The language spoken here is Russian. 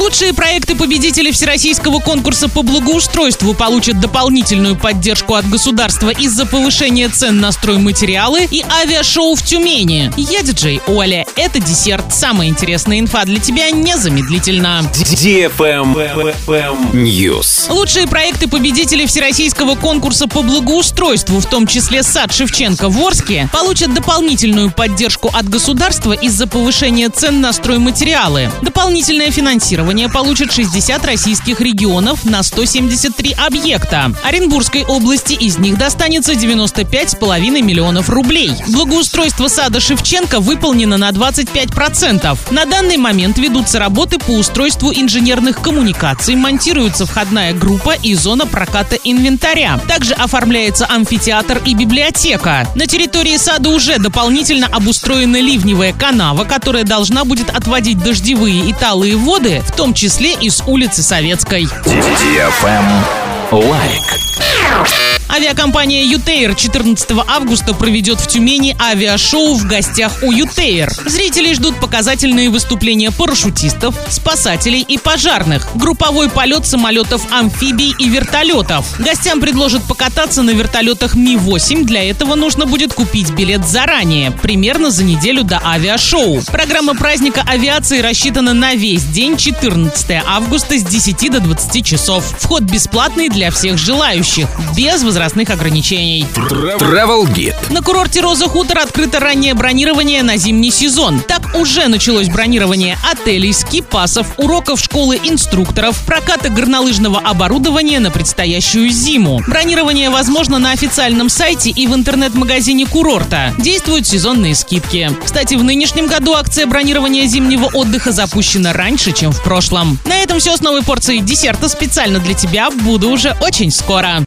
Лучшие проекты победителей Всероссийского конкурса по благоустройству получат дополнительную поддержку от государства из-за повышения цен на стройматериалы и авиашоу в Тюмени. Я диджей Оля. Это десерт. Самая интересная инфа для тебя незамедлительно. News. Лучшие проекты победителей Всероссийского конкурса по благоустройству, в том числе сад Шевченко в Орске, получат дополнительную поддержку от государства из-за повышения цен на стройматериалы. Дополнительное финансирование получат 60 российских регионов на 173 объекта. Оренбургской области из них достанется 95,5 миллионов рублей. Благоустройство сада Шевченко выполнено на 25%. На данный момент ведутся работы по устройству инженерных коммуникаций, монтируется входная группа и зона проката инвентаря. Также оформляется амфитеатр и библиотека. На территории сада уже дополнительно обустроена ливневая канава, которая должна будет отводить дождевые и талые воды, в том числе из улицы Советской. Лайк. Авиакомпания «Ютейр» 14 августа проведет в Тюмени авиашоу «В гостях у Ютейр». Зрителей ждут показательные выступления парашютистов, спасателей и пожарных, групповой полет самолетов-амфибий и вертолетов. Гостям предложат покататься на вертолетах Ми-8. Для этого нужно будет купить билет заранее, примерно за неделю до авиашоу. Программа праздника авиации рассчитана на весь день 14 августа с 10 до 20 часов. Вход бесплатный для всех желающих, без возрастных ограничений. Travel Guide. На курорте Роза Хутор открыто раннее бронирование на зимний сезон. Так уже началось бронирование отелей, ски-пассов, уроков школы инструкторов, проката горнолыжного оборудования на предстоящую зиму. Бронирование возможно на официальном сайте и в интернет-магазине курорта. Действуют сезонные скидки. Кстати, в нынешнем году акция бронирования зимнего отдыха запущена раньше, чем в прошлом. На этом все с новой порцией десерта специально для тебя. Буду уже очень скоро.